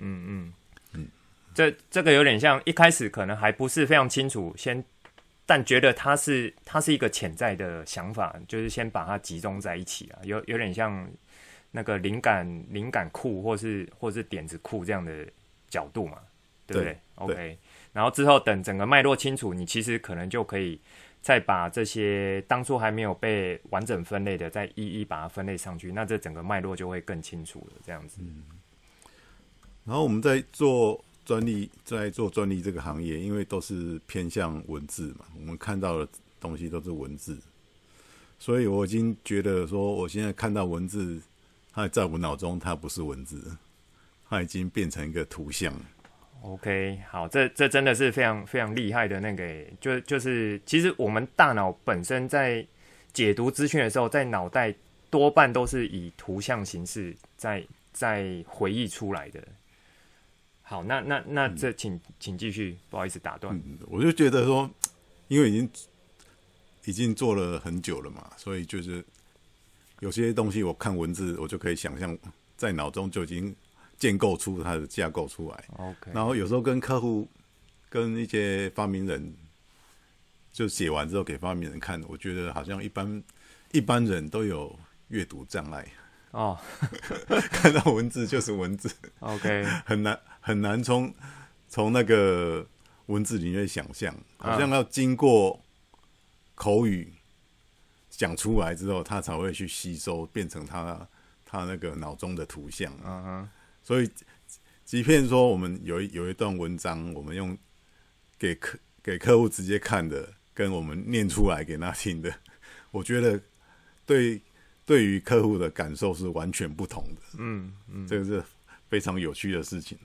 这个有点像一开始可能还不是非常清楚，但觉得它是一个潜在的想法，就是先把它集中在一起啊，有点像那个灵感库或是点子库这样的角度嘛，对不对 ？OK， 然后之后等整个脉络清楚，你其实可能就可以再把这些当初还没有被完整分类的，再一一把它分类上去，那这整个脉络就会更清楚了，这样子。 然后我们在做专利这个行业，因为都是偏向文字嘛，我们看到的东西都是文字，所以我已经觉得说，我现在看到文字，它在我脑中它不是文字，它已经变成一个图像。 OK， 好，这真的是非常非常厉害的那个，就是其实我们大脑本身在解读资讯的时候，在脑袋多半都是以图像形式在回忆出来的。好，那这请继续，不好意思打断。 我就觉得说，因为已经做了很久了嘛，所以就是有些东西我看文字，我就可以想象在脑中就已经建构出它的架构出来。 OK， 然后有时候跟客户、跟一些发明人，就写完之后给发明人看，我觉得好像一般人都有阅读障碍。看到文字就是文字。 OK， 很难从那个文字里面想象，好像要经过口语讲出来之后，他才会去吸收，变成他那个脑中的图像。所以，即便说我们有一段文章，我们用给客户直接看的，跟我们念出来给他听的，我觉得对于客户的感受是完全不同的。这个是非常有趣的事情。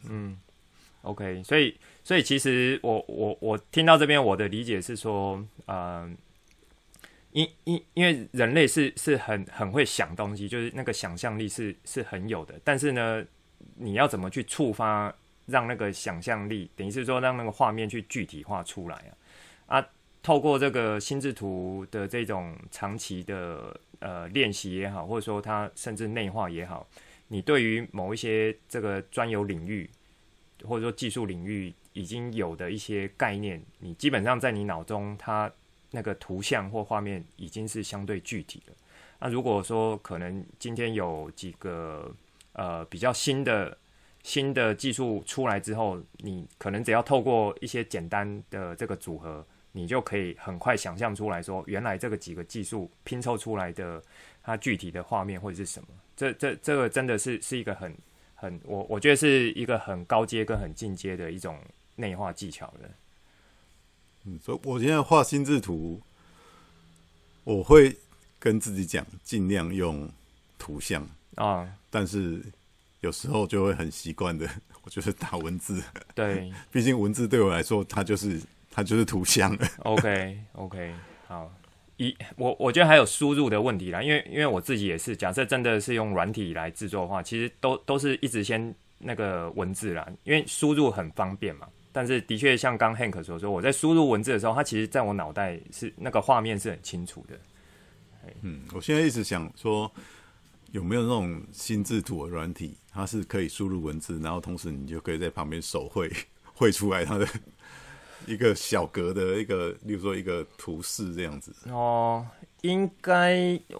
OK， 所以其实我听到这边，我的理解是说，因为人类是很会想东西，就是那个想象力是很有的，但是呢，你要怎么去触发，让那个想象力，等于是说让那个画面去具体化出来啊，透过这个心智图的这种长期的练习也好，或者说它甚至内化也好，你对于某一些这个专有领域或者说技术领域已经有的一些概念，你基本上在你脑中它那个图像或画面已经是相对具体了。那如果说可能今天有几个比较新的技术出来之后，你可能只要透过一些简单的这个组合，你就可以很快想象出来说，原来这个几个技术拼凑出来的它具体的画面会是什么。这个真的是一个我觉得是一个很高阶跟很进阶的一种内化技巧的。 所以我现在画心智图，我会跟自己讲，尽量用图像但是有时候就会很习惯的，我就是打文字。 对， 毕竟文字对我来说，它就是图像。OK， 好。我觉得还有输入的问题啦，因为我自己也是，假设真的是用软体来制作的话，其实都是一直先那个文字啦，因为输入很方便嘛。但是的确像刚 Hank 所说，我在输入文字的时候，它其实在我脑袋是那个画面是很清楚的。 我现在一直想说，有没有那种心智图的软体，它是可以输入文字，然后同时你就可以在旁边手绘出来它的一个小格的一个，例如说一个图示这样子。 应该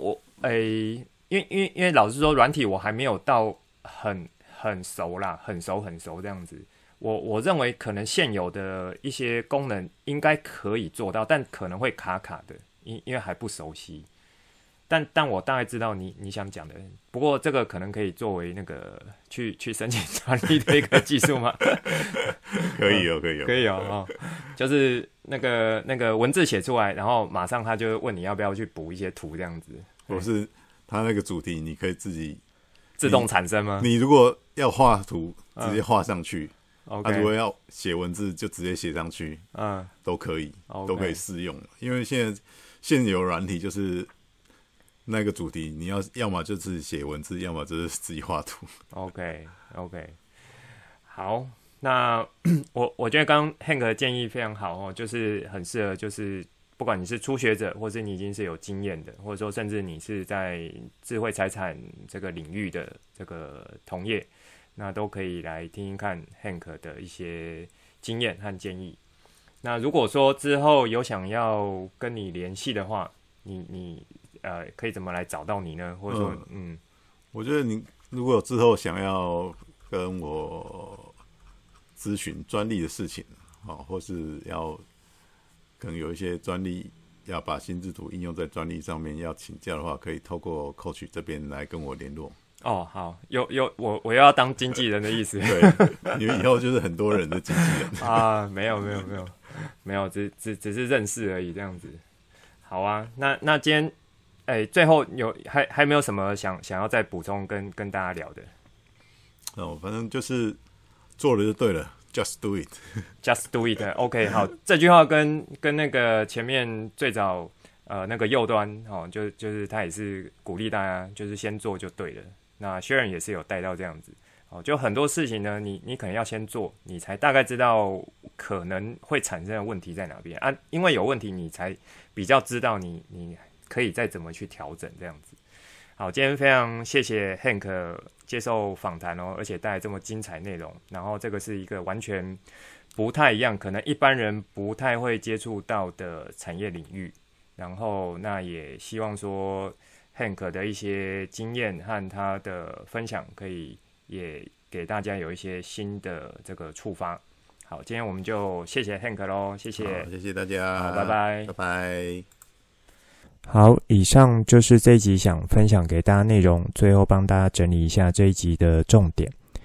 因为老实说，软体我还没有到很熟啦，很熟这样子。我认为可能现有的一些功能应该可以做到，但可能会卡的，因为还不熟悉。但我大概知道你想讲的，不过这个可能可以作为那个去申请专利的一个技术吗？ 可以就是那个文字写出来，然后马上他就问你要不要去补一些图这样子。 或是他那个主题你可以自己自动产生吗？ 你如果要画图，直接画上去。 如果要写文字，就直接写上去，都可以，都可以适用。因为现有软体就是那个主题，你要么就是写文字，要么就是自己画图。 OK， 好，那我觉得刚 Hank 的建议非常好哦，就是很适合，就是不管你是初学者，或是你已经是有经验的，或者说甚至你是在智慧财产这个领域的这个同业。那都可以来听听看 Hank 的一些经验和建议。那如果说之后有想要跟你联系的话，你可以怎么来找到你呢？或者说， 我觉得你如果之后想要跟我咨询专利的事情，或是要可能有一些专利要把心智图应用在专利上面要请教的话，可以透过 Coach 这边来跟我联络。 好，我又要当经纪人的意思。 对，因为以后就是很多人的经纪人没有，只是认识而已，这样子。好啊，那今天，最后还没有什么想要再补充跟大家聊的？ 反正就是做了就对了 ，Just do it，Just do it。OK， 好，这句话跟那个前面最早那个右端就是他也是鼓励大家就是先做就对了。那 Sharon 也是有带到这样子，就很多事情呢，你可能要先做，你才大概知道可能会产生的问题在哪边啊，因为有问题，你才比较知道你可以再怎么去调整这样子。好，今天非常谢谢 Hank 接受访谈而且带来这么精彩内容，然后这个是一个完全不太一样，可能一般人不太会接触到的产业领域，然后那也希望说Hank 的一些经验和他的分享，可以也给大家有一些新的这个触发。好，今天我们就谢谢 Hank 咯，谢谢， 谢谢大家， 好，拜拜， 拜拜。 好，以上就是这一集想分享给大家内容，最后帮大家整理一下这一集的重点。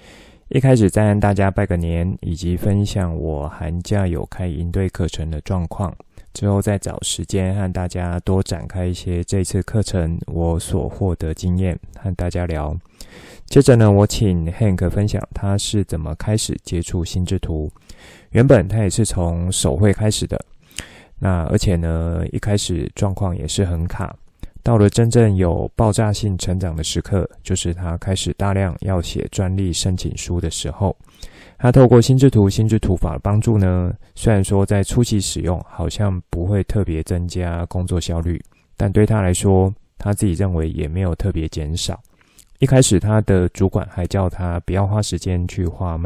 一开始再和大家拜个年，以及分享我寒假有开营队课程的状况，之后再找时间和大家多展开一些这次课程我所获得经验，和大家聊。接着呢，我请 Hank 分享他是怎么开始接触心智图。原本他也是从手绘开始的，那而且呢，一开始状况也是很卡。到了真正有爆炸性成长的时刻，就是他开始大量要写专利申请书的时候。他透过心智图法的帮助呢，虽然说在初期使用好像不会特别增加工作效率，但对他来说，他自己认为也没有特别减少。一开始他的主管还叫他不要花时间去画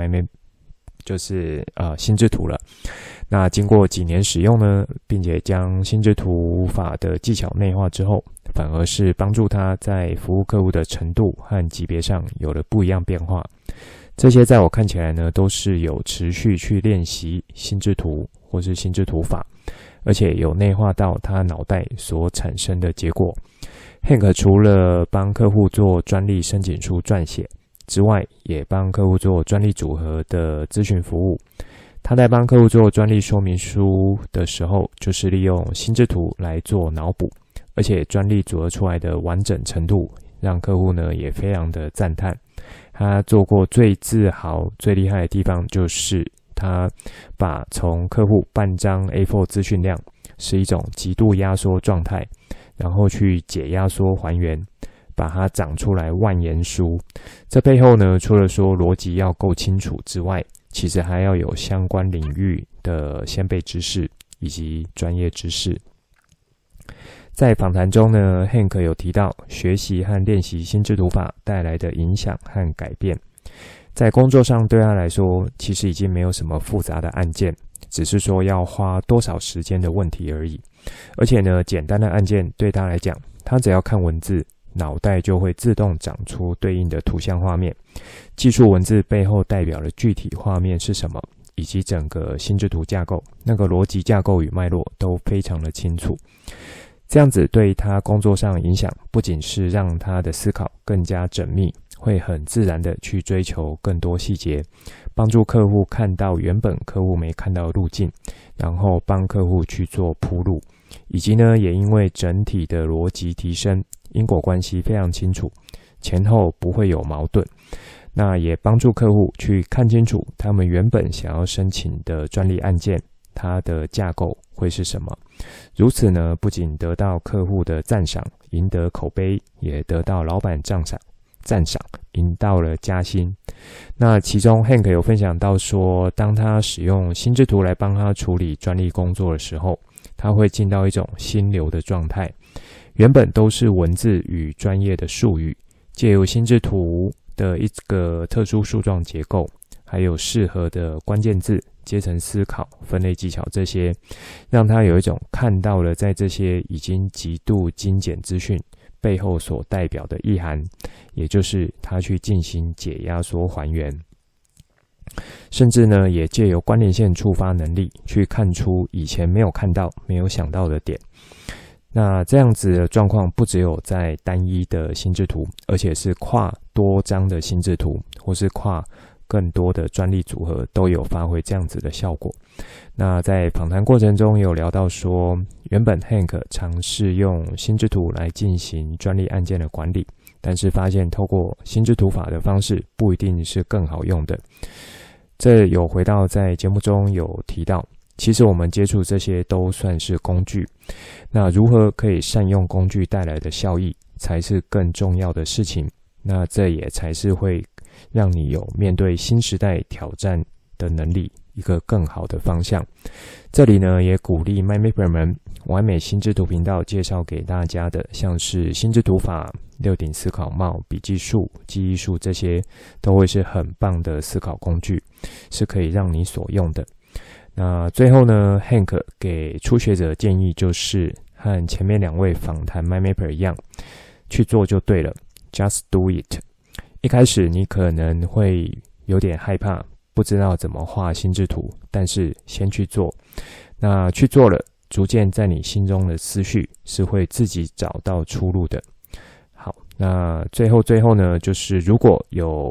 心智图了。那经过几年使用呢，并且将心智图法的技巧内化之后，反而是帮助他在服务客户的程度和级别上有了不一样变化。这些在我看起来呢，都是有持续去练习心智图或是心智图法，而且有内化到他脑袋所产生的结果。Hank 除了帮客户做专利申请书撰写之外，也帮客户做专利组合的咨询服务。他在帮客户做专利说明书的时候，就是利用心智图来做脑补，而且专利组合出来的完整程度，让客户呢也非常的赞叹。他做过最自豪、最厉害的地方，就是他把从客户半张 A4 资讯量是一种极度压缩状态，然后去解压缩还原，把它长出来万言书。这背后呢，除了说逻辑要够清楚之外，其实还要有相关领域的先辈知识以及专业知识。在访谈中呢， Hank 有提到学习和练习心智图法带来的影响和改变。在工作上对他来说，其实已经没有什么复杂的案件，只是说要花多少时间的问题而已。而且呢，简单的案件对他来讲，他只要看文字，脑袋就会自动长出对应的图像画面，技术文字背后代表的具体画面是什么，以及整个心智图架构，那个逻辑架构与脉络都非常的清楚。这样子对他工作上的影响，不仅是让他的思考更加缜密，会很自然的去追求更多细节，帮助客户看到原本客户没看到的路径，然后帮客户去做铺路，以及呢，也因为整体的逻辑提升，因果关系非常清楚，前后不会有矛盾。那也帮助客户去看清楚他们原本想要申请的专利案件，它的架构会是什么。如此呢，不仅得到客户的赞赏，赢得口碑，也得到老板赞赏，赢到了加薪。那其中 Hank 有分享到说，当他使用心智图来帮他处理专利工作的时候，他会进到一种心流的状态。原本都是文字与专业的术语，借由心智图的一个特殊树状结构，还有适合的关键字、阶层思考、分类技巧，这些让他有一种看到了在这些已经极度精简资讯背后所代表的意涵，也就是他去进行解压缩还原，甚至呢也借由关联线触发能力去看出以前没有看到、没有想到的点。那这样子的状况不只有在单一的心智图，而且是跨多张的心智图，或是跨更多的专利组合都有发挥这样子的效果。那在访谈过程中有聊到说，原本 Hank 尝试用心智图来进行专利案件的管理，但是发现透过心智图法的方式不一定是更好用的。这有回到在节目中有提到，其实我们接触这些都算是工具，那如何可以善用工具带来的效益才是更重要的事情。那这也才是会让你有面对新时代挑战的能力，一个更好的方向。这里呢也鼓励 MyMapper 们，完美心智图频道介绍给大家的，像是心智图法、6顶思考帽、笔记术、记忆术，这些都会是很棒的思考工具，是可以让你所用的。那最后呢 Hank 给初学者建议就是和前面2位访谈 MyMapper 一样，去做就对了， Just do it。 一开始你可能会有点害怕，不知道怎么画心智图，但是先去做，那去做了，逐渐在你心中的思绪是会自己找到出路的。好，那最后呢，就是如果有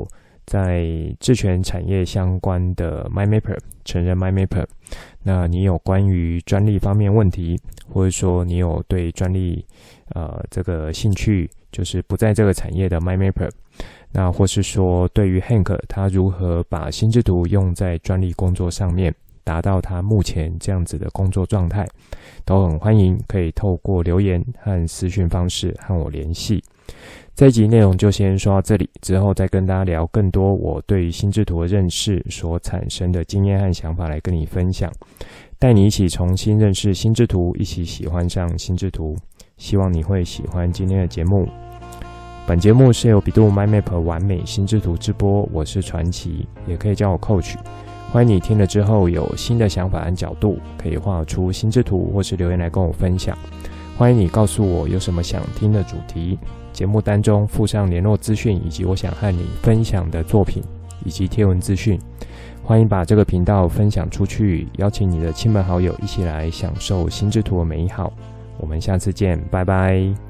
在智权产业相关的 MyMapper 成人 MyMapper， 那你有关于专利方面问题，或者说你有对专利这个兴趣，就是不在这个产业的 MyMapper， 那或是说对于 Hank 他如何把心智图用在专利工作上面，达到他目前这样子的工作状态，都很欢迎可以透过留言和私讯方式和我联系。这一集内容就先说到这里，之后再跟大家聊更多我对于心智图的认识所产生的经验和想法来跟你分享，带你一起重新认识心智图，一起喜欢上心智图。希望你会喜欢今天的节目。本节目是由比度 MyMap 完美心智图直播，我是传奇，也可以叫我 Coach。欢迎你听了之后有新的想法和角度，可以画出心智图或是留言来跟我分享。欢迎你告诉我有什么想听的主题，节目单中附上联络资讯以及我想和你分享的作品以及贴文资讯。欢迎把这个频道分享出去，邀请你的亲朋好友一起来享受心智图的美好。我们下次见，拜拜。